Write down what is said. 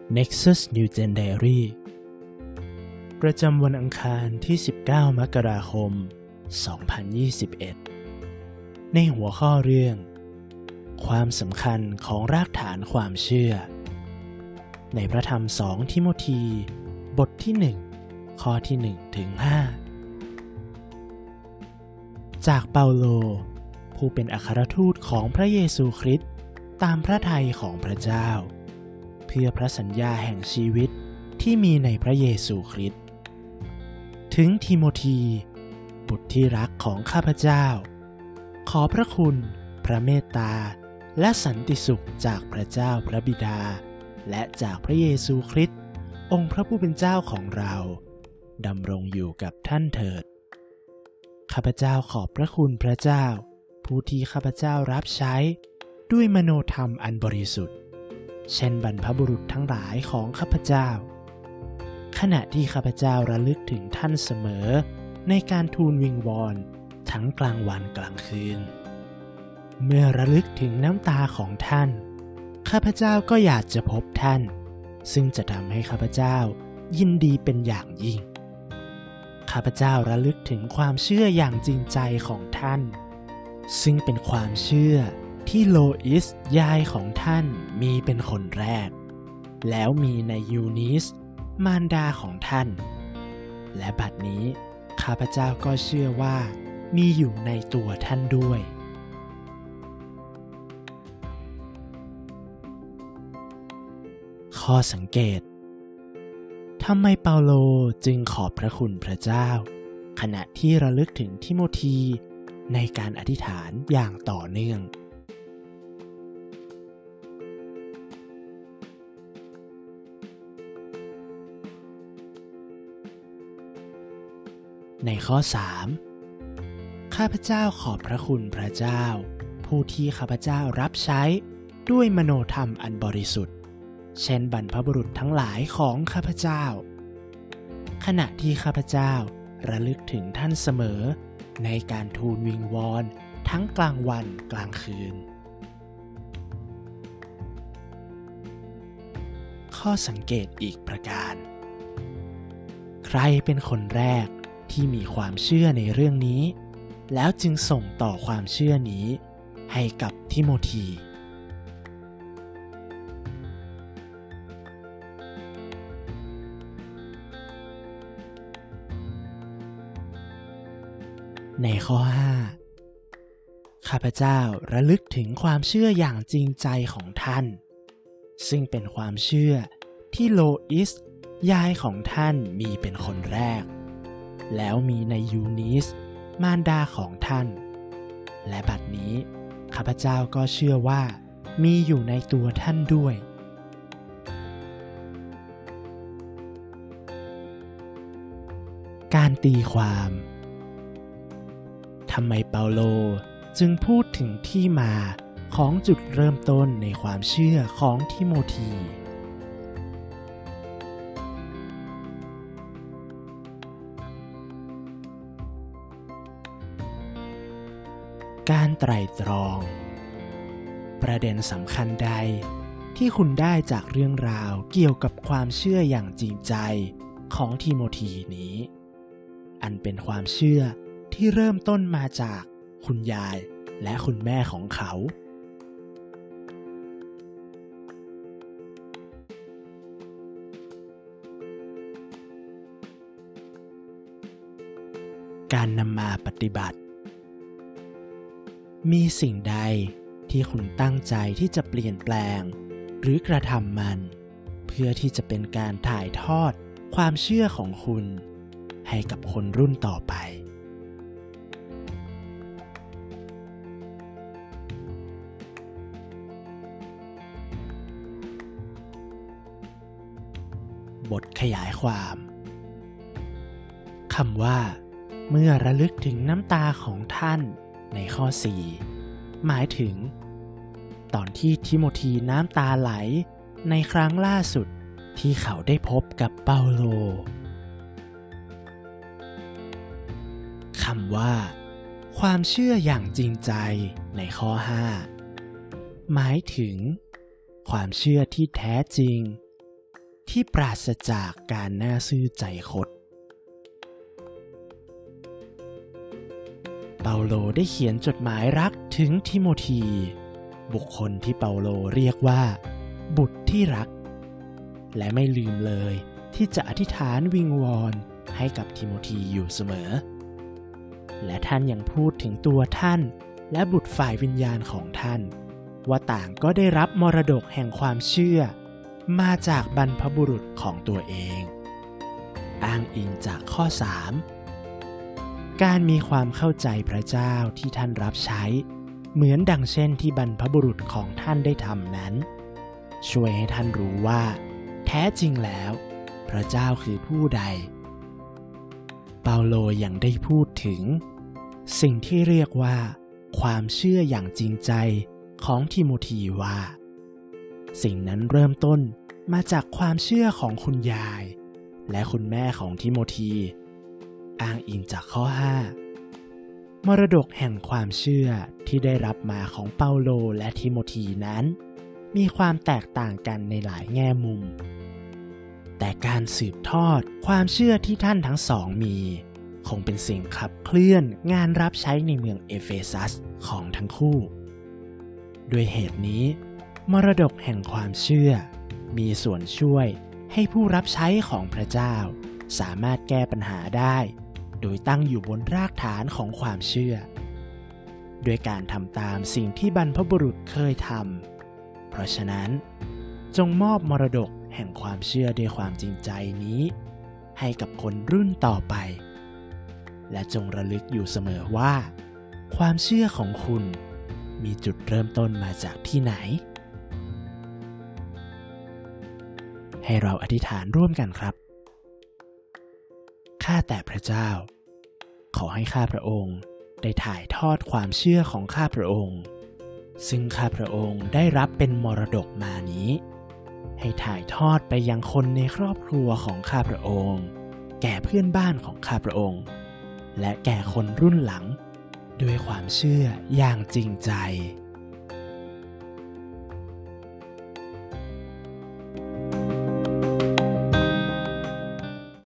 Nexus New Gen Diary ประจำวันอังคารที่ 19 มกราคม 2021 ในหัวข้อเรื่องความสำคัญของรากฐานความเชื่อในพระธรรม2ทิโมธีบทที่ 1 ข้อที่ 1 ถึง 5 จากเปาโลผู้เป็นอัครทูตของพระเยซูคริสต์ตามพระทัยของพระเจ้าเพื่อพระสัญญาแห่งชีวิตที่มีในพระเยซูคริสต์ถึงทิโมธีบุตรที่รักของข้าพเจ้าขอพระคุณพระเมตตาและสันติสุขจากพระเจ้าพระบิดาและจากพระเยซูคริสต์องค์พระผู้เป็นเจ้าของเราดำรงอยู่กับท่านเถิดข้าพเจ้าขอบพระคุณพระเจ้าผู้ที่ข้าพเจ้ารับใช้ด้วยมโนธรรมอันบริสุทธิ์เช่นบรรพบุรุษทั้งหลายของข้าพเจ้าขณะที่ข้าพเจ้าระลึกถึงท่านเสมอในการทูลวิงวอนทั้งกลางวันกลางคืนเมื่อระลึกถึงน้ำตาของท่านข้าพเจ้าก็อยากจะพบท่านซึ่งจะทำให้ข้าพเจ้ายินดีเป็นอย่างยิ่งข้าพเจ้าระลึกถึงความเชื่ออย่างจริงใจของท่านซึ่งเป็นความเชื่อที่โลอิสยายของท่านมีเป็นคนแรกแล้วมีในยูนิสมารดาของท่านและบัดนี้ข้าพเจ้าก็เชื่อว่ามีอยู่ในตัวท่านด้วยข้อสังเกตทำไมเปาโลจึงขอบพระคุณพระเจ้าขณะที่ระลึกถึงทิโมธีในการอธิษฐานอย่างต่อเนื่องในข้อ 3 ข้าพเจ้าขอบพระคุณพระเจ้าผู้ที่ข้าพเจ้ารับใช้ด้วยมโนธรรมอันบริสุทธิ์เช่นบรรพบุรุษทั้งหลายของข้าพเจ้าขณะที่ข้าพเจ้าระลึกถึงท่านเสมอในการทูลวิงวอนทั้งกลางวันกลางคืนข้อสังเกตอีกประการใครเป็นคนแรกที่มีความเชื่อในเรื่องนี้แล้วจึงส่งต่อความเชื่อนี้ให้กับทิโมธีในข้อ 5 ข้าพเจ้าระลึกถึงความเชื่ออย่างจริงใจของท่านซึ่งเป็นความเชื่อที่โลอิสยายของท่านมีเป็นคนแรกแล้วมีในยูนิสมารดาของท่านและบัดนี้ข้าพเจ้าก็เชื่อว่ามีอยู่ในตัวท่านด้วยการตีความทำไมเปาโลจึงพูดถึงที่มาของจุดเริ่มต้นในความเชื่อของทิโมธีการไตร่ตรองประเด็นสำคัญใดที่คุณได้จากเรื่องราวเกี่ยวกับความเชื่ออย่างจริงใจของทิโมธีนี้อันเป็นความเชื่อที่เริ่มต้นมาจากคุณยายและคุณแม่ของเขาการนำมาปฏิบัติมีสิ่งใดที่คุณตั้งใจที่จะเปลี่ยนแปลงหรือกระทำมันเพื่อที่จะเป็นการถ่ายทอดความเชื่อของคุณให้กับคนรุ่นต่อไปบทขยายความคำว่าเมื่อระลึกถึงน้ำตาของท่านในข้อ 4 หมายถึงตอนที่ทิโมธีน้ำตาไหลในครั้งล่าสุดที่เขาได้พบกับเปาโลคำว่าความเชื่ออย่างจริงใจในข้อ 5 หมายถึงความเชื่อที่แท้จริงที่ปราศจากการน่าซื่อใจคดเปาโลได้เขียนจดหมายรักถึงทิโมธีบุคคลที่เปาโลเรียกว่าบุตรที่รักและไม่ลืมเลยที่จะอธิษฐานวิงวอนให้กับทิโมธีอยู่เสมอและท่านยังพูดถึงตัวท่านและบุตรฝ่ายวิญญาณของท่านว่าต่างก็ได้รับมรดกแห่งความเชื่อมาจากบรรพบุรุษของตัวเองอ้างอิงจากข้อ 3 การมีความเข้าใจพระเจ้าที่ท่านรับใช้เหมือนดังเช่นที่บรรพบุรุษของท่านได้ทำนั้นช่วยให้ท่านรู้ว่าแท้จริงแล้วพระเจ้าคือผู้ใดเปาโลยังได้พูดถึงสิ่งที่เรียกว่าความเชื่ออย่างจริงใจของทิโมธีว่าสิ่งนั้นเริ่มต้นมาจากความเชื่อของคุณยายและคุณแม่ของทิโมธีอ้างอิงจากข้อ 5 มรดกแห่งความเชื่อที่ได้รับมาของเปาโลและทิโมธีนั้นมีความแตกต่างกันในหลายแง่มุมแต่การสืบทอดความเชื่อที่ท่านทั้งสองมีคงเป็นสิ่งขับเคลื่อนงานรับใช้ในเมืองเอเฟซัสของทั้งคู่ด้วยเหตุนี้มรดกแห่งความเชื่อมีส่วนช่วยให้ผู้รับใช้ของพระเจ้าสามารถแก้ปัญหาได้โดยตั้งอยู่บนรากฐานของความเชื่อด้วยการทำตามสิ่งที่บรรพบุรุษเคยทำเพราะฉะนั้นจงมอบมรดกแห่งความเชื่อด้วยความจริงใจนี้ให้กับคนรุ่นต่อไปและจงระลึกอยู่เสมอว่าความเชื่อของคุณมีจุดเริ่มต้นมาจากที่ไหนให้เราอธิษฐานร่วมกันครับข้าแต่พระเจ้าขอให้ข้าพระองค์ได้ถ่ายทอดความเชื่อของข้าพระองค์ซึ่งข้าพระองค์ได้รับเป็นมรดกมานี้ให้ถ่ายทอดไปยังคนในครอบครัวของข้าพระองค์แก่เพื่อนบ้านของข้าพระองค์และแก่คนรุ่นหลังด้วยความเชื่ออย่างจริงใจ